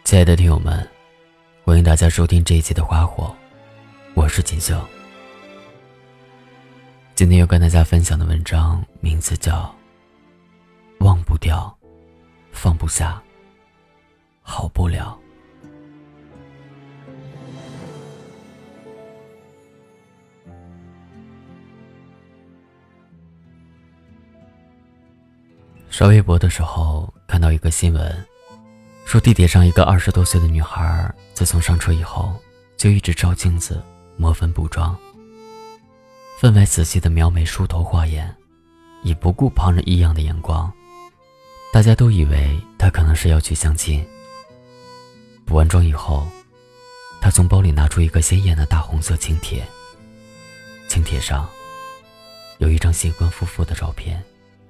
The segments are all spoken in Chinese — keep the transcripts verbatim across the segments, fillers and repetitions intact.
亲爱的听友们，欢迎大家收听这一期的花火，我是锦绣。今天要跟大家分享的文章名字叫忘不掉，放不下，好不了。刷微博的时候看到一个新闻，说地铁上一个二十多岁的女孩，自从上车以后就一直照镜子抹粉补妆，分外仔细的描眉梳头画眼，以不顾旁人异样的眼光。大家都以为她可能是要去相亲。补完妆以后，她从包里拿出一个鲜艳的大红色请帖，请帖上有一张新婚夫妇的照片。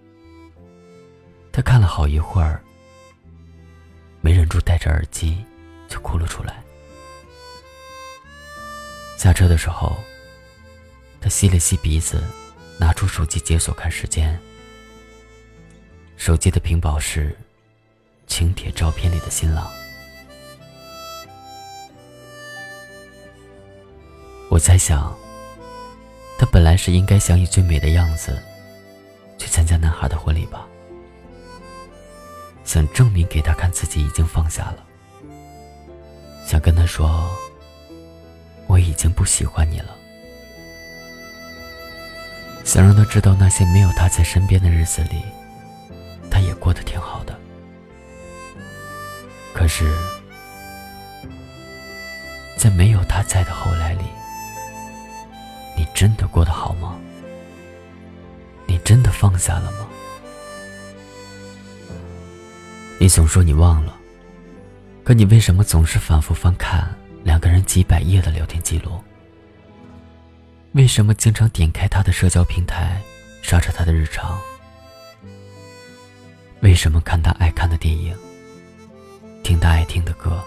她看了好一会儿，没忍住戴着耳机就哭了出来。下车的时候，她吸了吸鼻子，拿出手机解锁看时间。手机的屏保是请帖照片里的新郎。我在想，她本来是应该想以最美的样子去参加男孩的婚礼吧，想证明给他看自己已经放下了，想跟他说我已经不喜欢你了，想让他知道那些没有他在身边的日子里他也过得挺好的。可是在没有他在的后来里，你真的过得好吗？你真的放下了吗？你总说你忘了，可你为什么总是反复翻看两个人几百页的聊天记录？为什么经常点开他的社交平台，刷着他的日常？为什么看他爱看的电影，听他爱听的歌？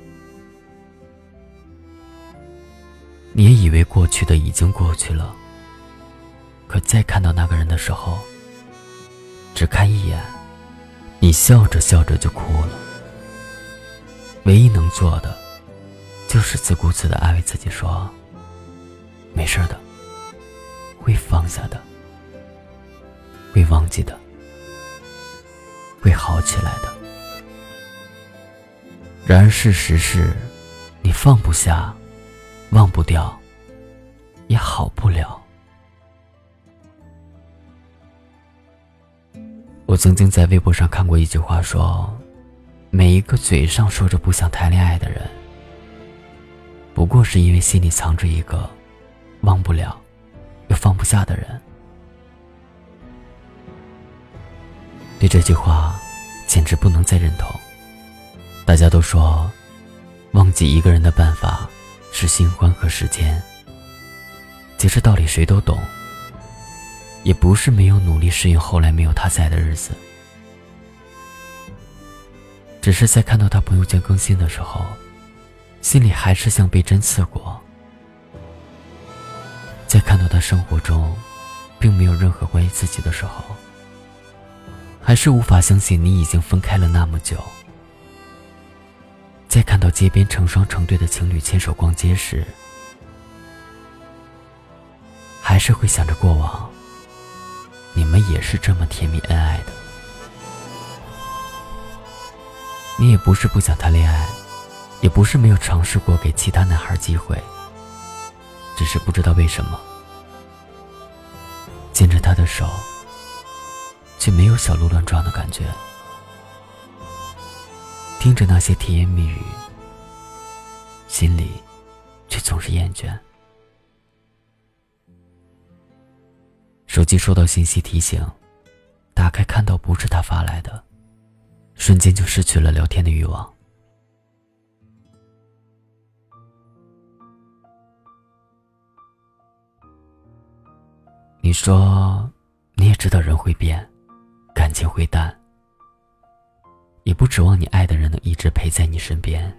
你也以为过去的已经过去了，可再看到那个人的时候，只看一眼，你笑着笑着就哭了。唯一能做的就是自顾自地安慰自己说，没事的，会放下的，会忘记的，会好起来的。然而事实是，你放不下，忘不掉，也好不了。我曾经在微博上看过一句话说，每一个嘴上说着不想谈恋爱的人，不过是因为心里藏着一个忘不了又放不下的人。对这句话简直不能再认同。大家都说忘记一个人的办法是新欢和时间，其实道理谁都懂，也不是没有努力适应后来没有他在的日子，只是在看到他朋友圈更新的时候，心里还是像被针刺过。在看到他生活中并没有任何关于自己的时候，还是无法相信你已经分开了那么久。在看到街边成双成对的情侣牵手逛街时，还是会想着过往你们也是这么甜蜜恩爱的。你也不是不想谈恋爱，也不是没有尝试过给其他男孩机会，只是不知道为什么牵着他的手却没有小鹿乱撞的感觉，听着那些甜言蜜语，心里却总是厌倦。手机收到信息提醒，打开看到不是他发来的，瞬间就失去了聊天的欲望。你说你也知道人会变，感情会淡，也不指望你爱的人能一直陪在你身边，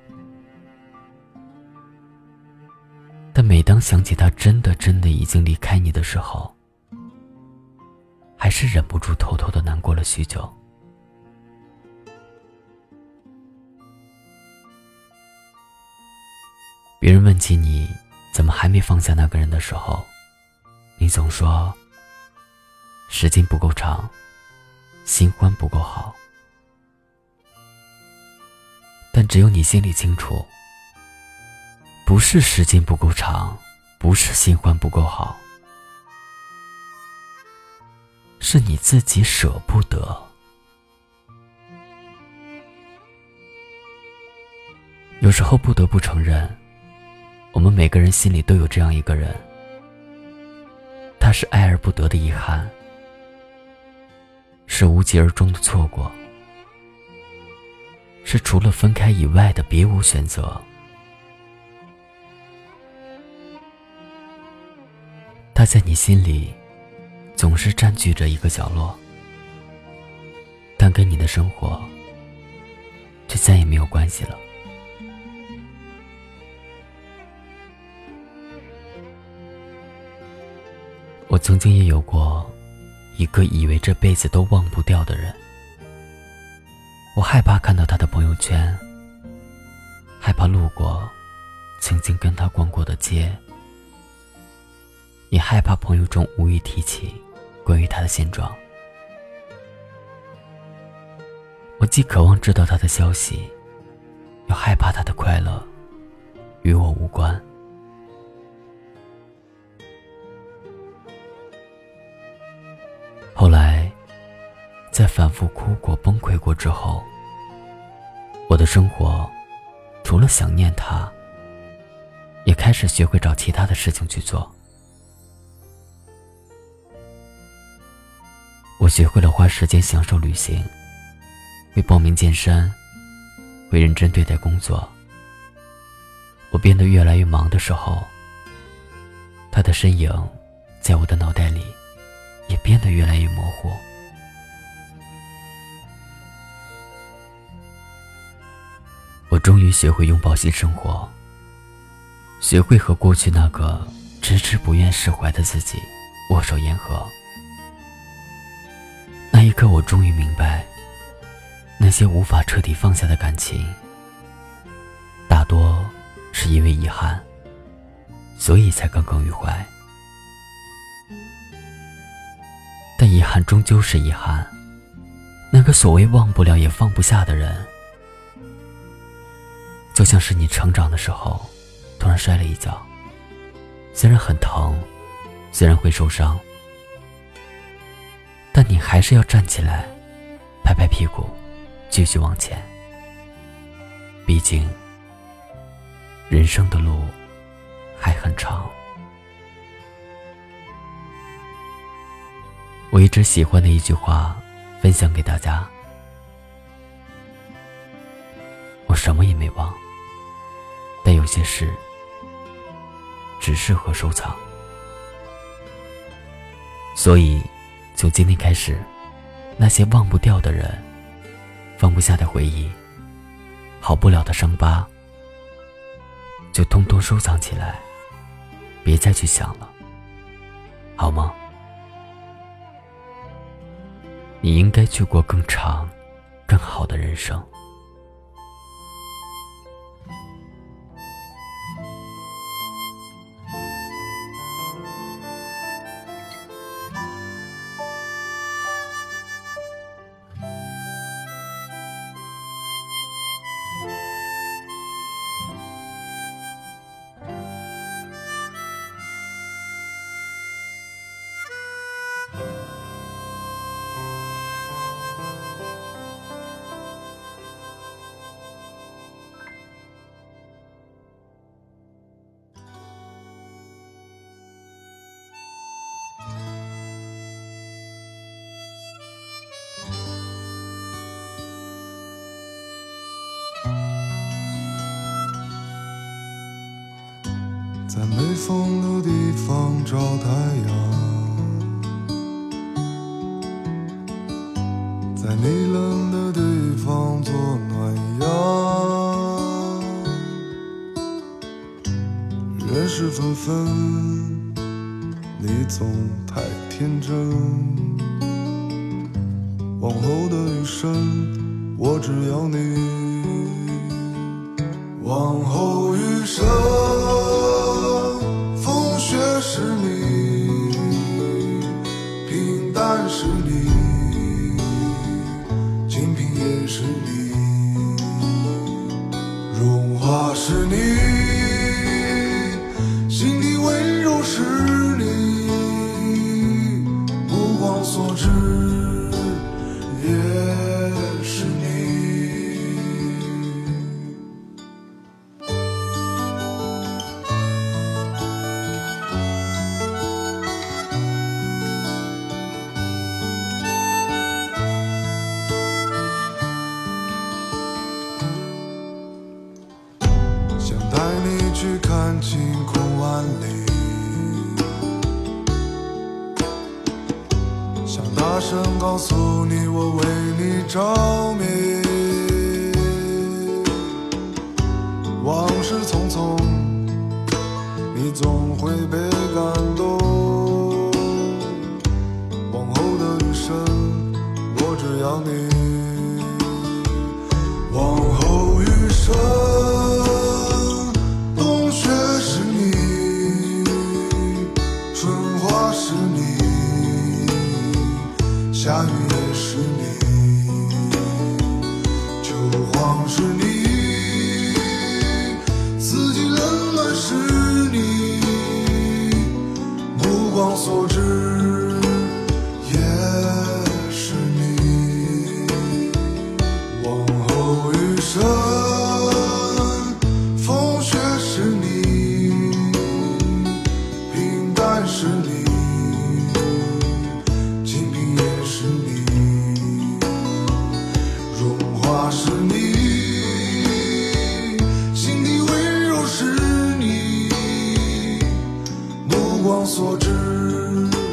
但每当想起他真的真的已经离开你的时候，还是忍不住偷偷的难过了许久。 别人问起你怎么还没放下那个人的时候，你总说时间不够长，新欢不够好。但只有你心里清楚，不是时间不够长，不是新欢不够好，是你自己舍不得。有时候不得不承认，我们每个人心里都有这样一个人，他是爱而不得的遗憾，是无疾而终的错过，是除了分开以外的别无选择。他在你心里总是占据着一个角落，但跟你的生活却再也没有关系了。我曾经也有过一个以为这辈子都忘不掉的人，我害怕看到他的朋友圈，害怕路过曾经跟他逛过的街，也害怕朋友中无意提起关于他的现状。我既渴望知道他的消息，又害怕他的快乐与我无关。后来在反复哭过崩溃过之后，我的生活除了想念他，也开始学会找其他的事情去做。我学会了花时间享受旅行，会报名健身，会认真对待工作。我变得越来越忙的时候，他的身影在我的脑袋里也变得越来越模糊。我终于学会拥抱新生活，学会和过去那个迟迟不愿释怀的自己握手言和。那一刻，我终于明白，那些无法彻底放下的感情，大多是因为遗憾，所以才耿耿于怀。但遗憾终究是遗憾，那个所谓忘不了也放不下的人，就像是你成长的时候突然摔了一跤，虽然很疼，虽然会受伤，但你还是要站起来，拍拍屁股，继续往前。毕竟人生的路还很长。我一直喜欢的一句话分享给大家，我什么也没忘，但有些事只适合收藏。所以从今天开始，那些忘不掉的人，放不下的回忆，好不了的伤疤，就通通收藏起来，别再去想了，好吗？你应该去过更长更好的人生。 在没风的地方找太阳，在你冷的地方做暖阳。人事纷纷，你总太天真。往后的余生，我只要你。往后余生。 清贫也是你，荣华是你，心底温柔是你，目光所至也是你。想带你去看晴空万里，想大声告诉你我为你着迷。往事匆匆，你总会被感动。往后的余生，我只要你。往后余生，冬雪是你，春花是你，夏雨也是你，秋黄是你，四季冷暖是你，目光所至也是你。往后余生，风雪是你，平淡是你，清贫也是你，荣华是你，心底温柔是你，目光所至